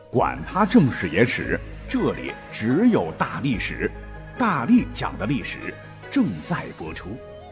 管他正史野史，这里只有大历史，大力讲的历史正在播出。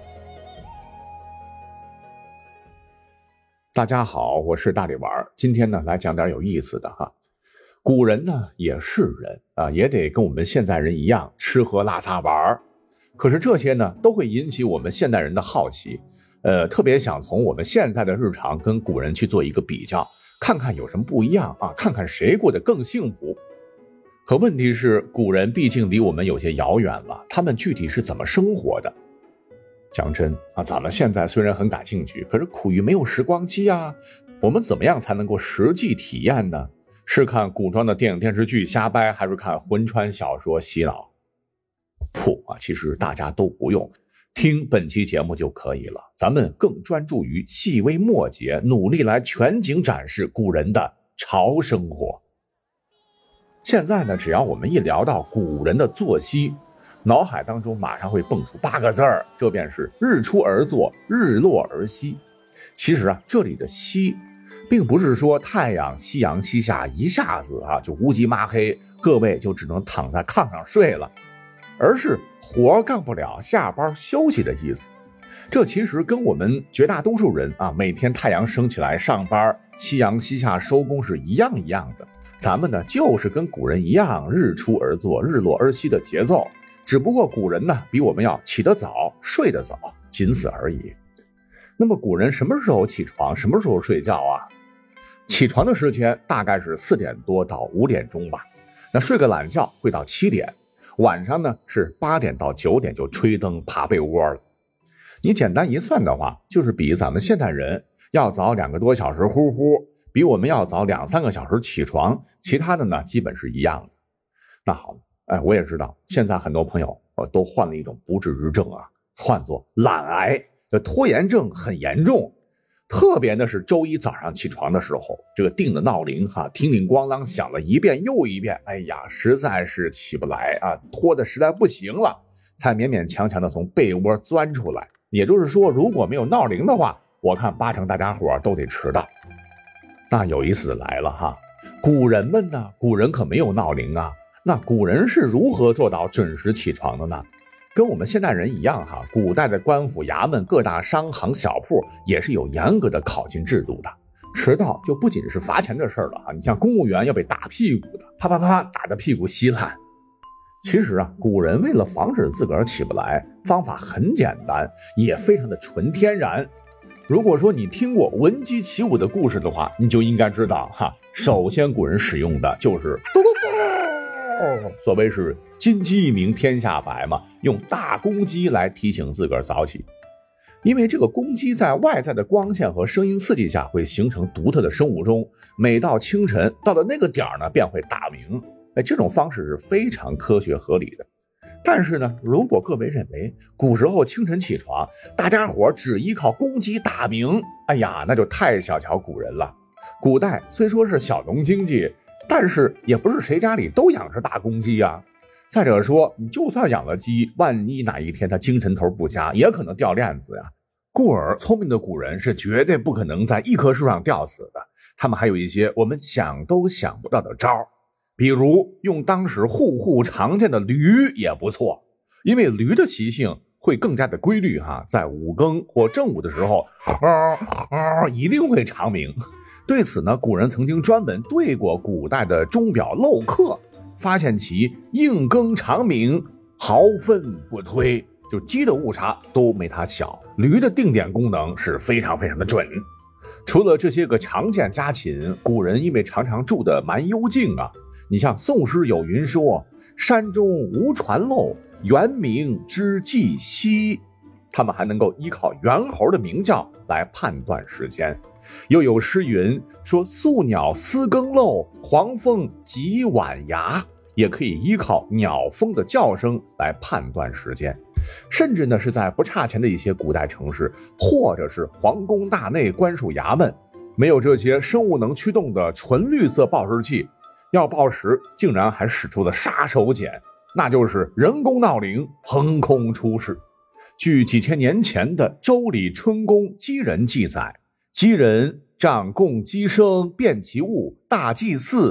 大家好，我是大力丸，今天呢来讲点有意思的哈。古人呢也是人啊，也得跟我们现代人一样吃喝拉撒玩，可是这些呢都会引起我们现代人的好奇，特别想从我们现在的日常跟古人去做一个比较，看看有什么不一样啊，看看谁过得更幸福。可问题是，古人毕竟离我们有些遥远了，他们具体是怎么生活的？讲真啊，咱们现在虽然很感兴趣，可是苦于没有时光机啊，我们怎么样才能够实际体验呢？是看古装的电影电视剧瞎掰，还是看魂穿小说洗脑？其实大家都不用听本期节目就可以了，咱们更专注于细微末节，努力来全景展示古人的潮生活。现在呢，只要我们一聊到古人的作息，脑海当中马上会蹦出8个字儿，这便是日出而作，日落而息。其实啊，这里的息并不是说太阳夕阳西下一下子就乌漆麻黑，各位就只能躺在炕上睡了，而是活干不了，下班休息的意思。这其实跟我们绝大多数人每天太阳升起来上班，夕阳西下收工是一样的。咱们呢就是跟古人一样，日出而作，日落而息的节奏，只不过古人呢比我们要起得早，睡得早，仅此而已。那么古人什么时候起床，什么时候睡觉啊？起床的时间大概是4点多到5点钟吧，那睡个懒觉会到7点，晚上呢是8点到9点就吹灯爬被窝了。你简单一算的话，就是比咱们现代人要早2个多小时呼呼，比我们要早2-3个小时起床，其他的呢基本是一样的。那好，我也知道现在很多朋友都患了一种不治之症啊，唤作懒癌，这拖延症很严重。特别的是周一早上起床的时候，这个定的闹铃叮铃咣啷响了一遍又一遍，实在是起不来啊，拖的实在不行了，才勉勉强强的从被窝钻出来。也就是说，如果没有闹铃的话，我看8成大家伙都得迟到。那有意思来了古人们呢，古人可没有闹铃啊，那古人是如何做到准时起床的呢？跟我们现代人一样古代的官府衙门、各大商行小铺也是有严格的考勤制度的。迟到就不仅是罚钱的事了你像公务员要被打屁股的，啪啪啪打着屁股稀烂。其实古人为了防止自个儿起不来，方法很简单，也非常的纯天然。如果说你听过闻鸡起舞的故事的话，你就应该知道首先古人使用的就是所谓是金鸡一鸣天下白嘛，用大公鸡来提醒自个儿早起。因为这个公鸡在外在的光线和声音刺激下会形成独特的生物钟，每到清晨到了那个点呢便会打鸣。这种方式是非常科学合理的。但是呢，如果各位认为古时候清晨起床大家伙只依靠公鸡打鸣，那就太小瞧古人了。古代虽说是小农经济，但是也不是谁家里都养着大公鸡啊。再者说，你就算养了鸡，万一哪一天它精神头不佳，也可能掉链子呀。故而聪明的古人是绝对不可能在一棵树上吊死的，他们还有一些我们想都想不到的招。比如用当时户户常见的驴也不错，因为驴的习性会更加的规律在午更或正午的时候一定会长鸣。对此呢，古人曾经专门对过古代的钟表漏刻，发现其应更长鸣，毫分不推，就鸡的误差都没它小。驴的定点功能是非常非常的准。除了这些个常见家禽，古人因为常常住的蛮幽静你像宋诗有云说山中无传漏，猿鸣之既息，他们还能够依靠猿猴的鸣叫来判断时间。又有诗云说宿鸟思更漏，黄蜂及晚芽，也可以依靠鸟蜂的叫声来判断时间。甚至呢是在不差钱的一些古代城市，或者是皇宫大内官署衙门，没有这些生物能驱动的纯绿色报时器，要报时竟然还使出了杀手锏，那就是人工闹铃，横空出世。据几千年前的《周礼春宫鸡人》记载，鸡人仗共鸡声辨其物，大祭祀，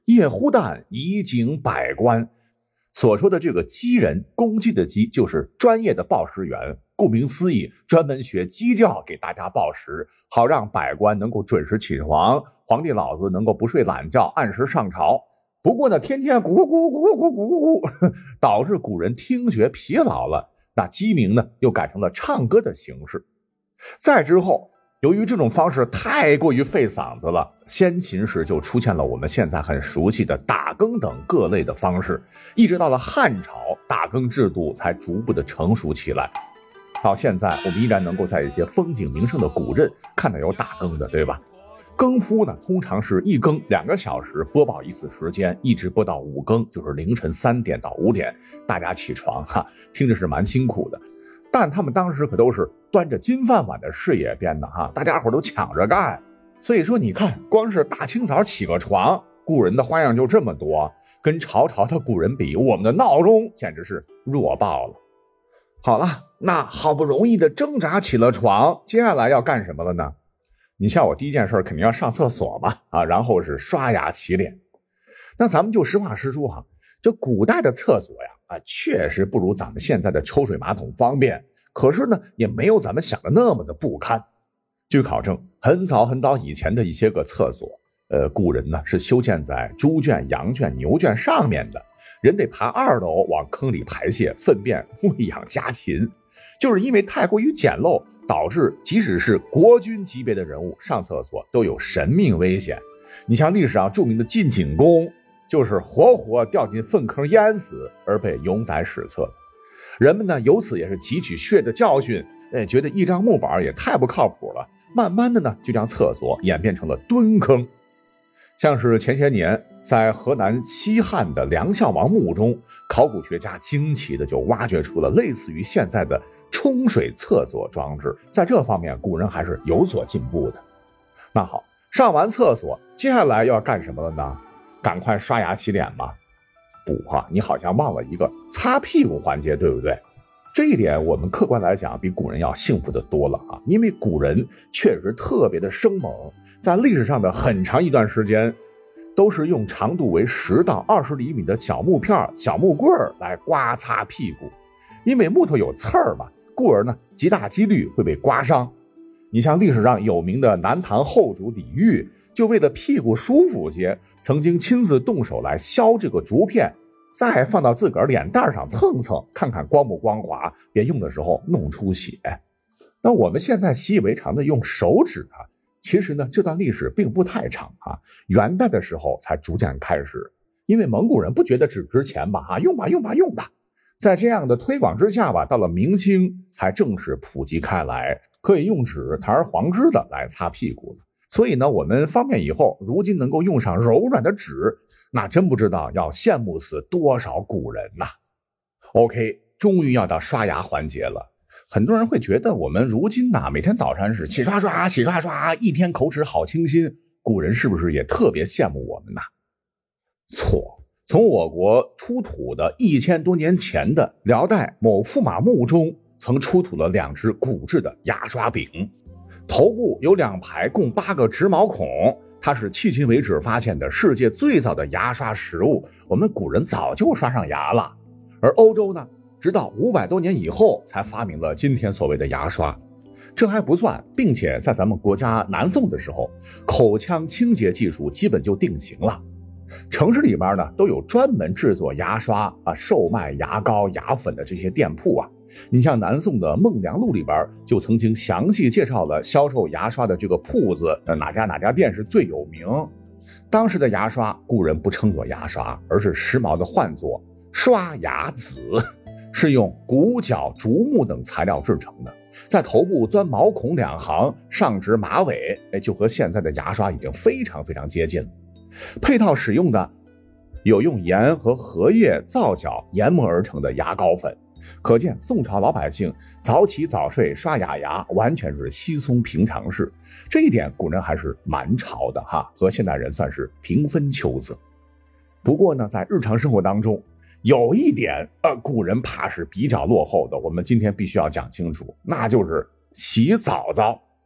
夜忽旦，以警百官。所说的这个鸡人，公鸡的鸡，就是专业的报时员，顾名思义，专门学鸡叫给大家报时，好让百官能够准时起床，皇帝老子能够不睡懒觉，按时上朝。不过呢，天天咕咕咕咕咕咕咕，导致古人听觉疲劳了，那鸡鸣呢又改成了唱歌的形式。再之后，由于这种方式太过于费嗓子了，先秦时就出现了我们现在很熟悉的打更等各类的方式，一直到了汉朝，打更制度才逐步的成熟起来。到现在，我们依然能够在一些风景名胜的古镇看到有打更的，对吧？更夫呢，通常是一更2个小时播报一次时间，一直播到5更，就是凌晨3点到5点，大家起床听着是蛮辛苦的。但他们当时可都是端着金饭碗的事业编的大家伙都抢着干。所以说你看，光是大清早起个床，古人的花样就这么多，跟朝朝的古人比，我们的闹钟简直是弱爆了。好了，那好不容易的挣扎起了床，接下来要干什么了呢？你像我第一件事肯定要上厕所嘛，然后是刷牙洗脸。那咱们就实话实说这古代的厕所呀，确实不如咱们现在的抽水马桶方便，可是呢，也没有咱们想的那么的不堪。据考证，很早很早以前的一些个厕所，古人呢是修建在猪圈、羊圈、牛圈上面的，人得爬2楼往坑里排泄，粪便喂养家禽。就是因为太过于简陋，导致即使是国君级别的人物上厕所都有神命危险。你像历史上著名的晋景公，就是活活掉进粪坑淹死而被永载史册。人们呢由此也是汲取血的教训，觉得一张木板也太不靠谱了，慢慢的呢就将厕所演变成了蹲坑。像是前些年在河南西汉的梁孝王墓中，考古学家惊奇的就挖掘出了类似于现在的冲水厕所装置，在这方面古人还是有所进步的。那好，上完厕所接下来要干什么了呢？赶快刷牙洗脸吗？不你好像忘了一个擦屁股环节，对不对？这一点我们客观来讲比古人要幸福的多了因为古人确实特别的生猛，在历史上的很长一段时间都是用长度为10到20厘米的小木片、小木棍来刮擦屁股。因为木头有刺儿嘛，故而呢极大几率会被刮伤。你像历史上有名的南唐后主李煜，就为了屁股舒服些，曾经亲自动手来削这个竹片，再放到自个儿脸蛋上蹭蹭，看看光不光滑，别用的时候弄出血。那我们现在习以为常的用手指其实呢这段历史并不太长元代的时候才逐渐开始，因为蒙古人不觉得纸值钱吧用吧。在这样的推广之下吧，到了明清才正式普及开来，可以用纸堂而皇之的来擦屁股。所以呢，我们方便以后如今能够用上柔软的纸，那真不知道要羡慕死多少古人呐。OK， 终于要到刷牙环节了。很多人会觉得我们如今每天早晨是洗刷刷洗刷刷，一天口齿好清新，古人是不是也特别羡慕我们呢？错。从我国出土的1000多年前的辽代某驸马墓中，曾出土了2只骨制的牙刷柄，头部有2排共8个直毛孔，它是迄今为止发现的世界最早的牙刷实物。我们古人早就刷上牙了，而欧洲呢，直到500多年以后才发明了今天所谓的牙刷。这还不算，并且在咱们国家南宋的时候，口腔清洁技术基本就定型了。城市里边呢都有专门制作牙刷售卖牙膏、牙粉的这些店铺你像南宋的孟良录里边就曾经详细介绍了销售牙刷的这个铺子，哪家店是最有名。当时的牙刷古人不称作牙刷，而是时髦的唤作刷牙子，是用骨角、竹木等材料制成的，在头部钻毛孔2行，上至马尾，就和现在的牙刷已经非常非常接近了。配套使用的有用盐和荷叶皂角研磨而成的牙膏粉，可见宋朝老百姓早起早睡刷牙完全是稀松平常事。这一点古人还是蛮潮的和现代人算是平分秋色。不过呢，在日常生活当中有一点古人怕是比较落后的，我们今天必须要讲清楚，那就是洗澡澡。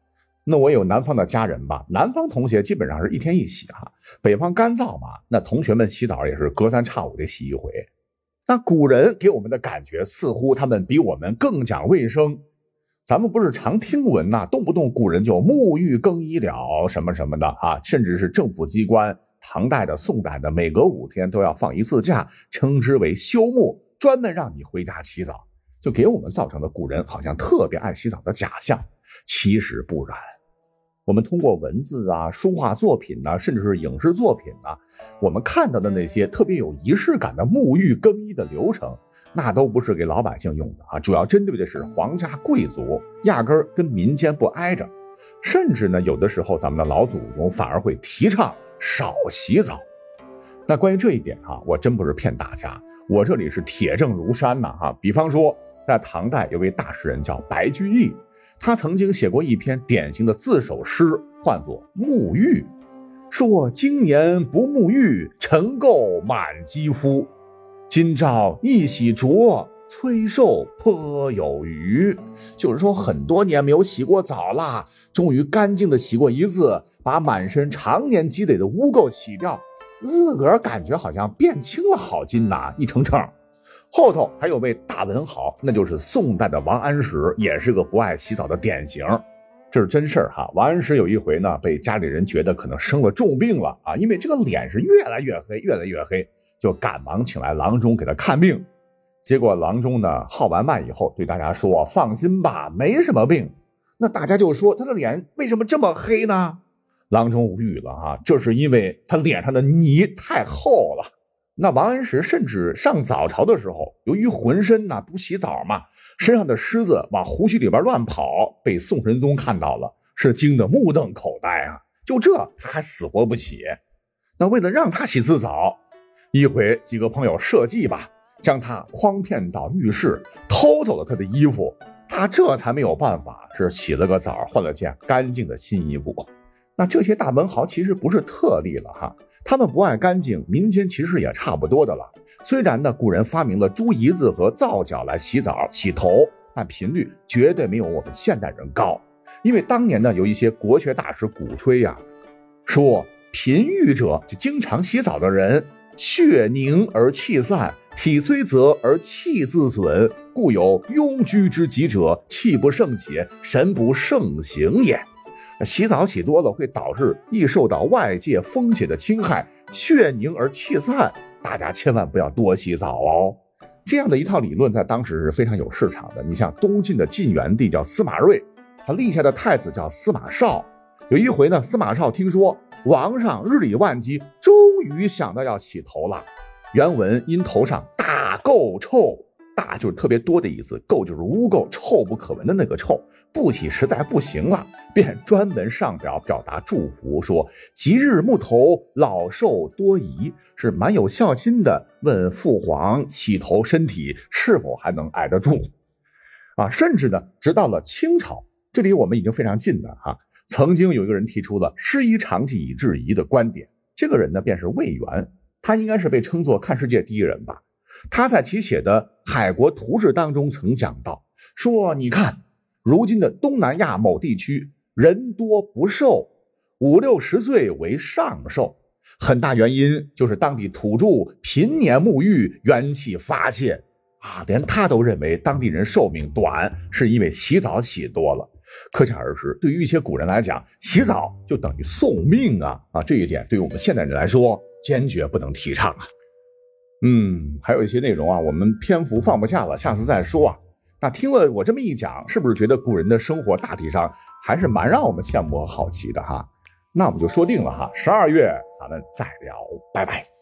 那我有南方的家人吧，南方同学基本上是一天一洗哈，北方干燥嘛，那同学们洗澡也是隔三差五得洗一回。那古人给我们的感觉似乎他们比我们更讲卫生。咱们不是常听闻呐，动不动古人就沐浴更衣了什么什么的啊，甚至是政府机关，唐代的、宋代的，每隔5天都要放一次假，称之为休沐，专门让你回家洗澡，就给我们造成了古人好像特别爱洗澡的假象。其实不然，我们通过文字啊、书画作品啊，甚至是影视作品啊，我们看到的那些特别有仪式感的沐浴更衣的流程，那都不是给老百姓用的啊，主要针对的是皇家贵族，压根儿跟民间不挨着。甚至呢，有的时候咱们的老祖宗反而会提倡少洗澡。那关于这一点啊，我真不是骗大家，我这里是铁证如山呐啊。比方说，在唐代有位大诗人叫白居易，他曾经写过一篇典型的自首诗，唤作《沐浴》，说今年不沐浴，尘垢满肌肤。今朝一洗濯，催瘦颇有余。就是说很多年没有洗过澡啦，终于干净的洗过一次，把满身常年积累的污垢洗掉，自个儿感觉好像变轻了好斤呐，一称称。后头还有位大文豪，那就是宋代的王安石，也是个不爱洗澡的典型。这是真事儿哈。王安石有一回呢，被家里人觉得可能生了重病了啊，因为这个脸是越来越黑，越来越黑，就赶忙请来郎中给他看病。结果郎中呢号完脉以后对大家说，放心吧，没什么病。那大家就说他的脸为什么这么黑呢？郎中无语了哈，这是因为他脸上的泥太厚了。那王安石甚至上早朝的时候，由于浑身不洗澡嘛，身上的虱子往胡须里边乱跑，被宋神宗看到了，是惊得目瞪口呆啊！就这他还死活不洗。那为了让他洗次澡，一回几个朋友设计吧，将他诓骗到浴室，偷走了他的衣服，他这才没有办法，是洗了个澡，换了件干净的新衣服。那这些大文豪其实不是特例了哈，他们不爱干净，民间其实也差不多的了。虽然呢，古人发明了猪胰子和皂角来洗澡洗头，但频率绝对没有我们现代人高。因为当年呢，有一些国学大师鼓吹呀，说频浴者，就经常洗澡的人，血凝而气散，体虽泽而气自损，故有庸居之疾者，气不盛且，神不盛行也。洗澡洗多了会导致易受到外界风邪的侵害，血凝而气散，大家千万不要多洗澡哦。这样的一套理论在当时是非常有市场的。你像东晋的晋元帝叫司马睿，他立下的太子叫司马绍。有一回呢，司马绍听说王上日理万机，终于想到要洗头了。原文因头上大垢臭，大就是特别多的意思，垢就是污垢，臭不可闻的那个臭，不洗实在不行了，便专门上表表达祝福，说吉日木头，老寿多宜，是蛮有孝心的，问父皇洗头身体是否还能挨得住啊。甚至呢，直到了清朝，这里我们已经非常近了哈，曾经有一个人提出了师夷长技以制夷的观点，这个人呢便是魏源，他应该是被称作看世界第一人吧。他在其写的《海国图志》当中曾讲到，说你看如今的东南亚某地区人多不寿，50-60岁为上寿，很大原因就是当地土著频年沐浴，元气发泄啊，连他都认为当地人寿命短是因为洗澡洗多了。可想而知，对于一些古人来讲，洗澡就等于送命啊！这一点对于我们现代人来说坚决不能提倡啊。还有一些内容啊，我们篇幅放不下了，下次再说啊。那听了我这么一讲，是不是觉得古人的生活大体上还是蛮让我们羡慕和好奇的哈？那我们就说定了哈，12月咱们再聊，拜拜。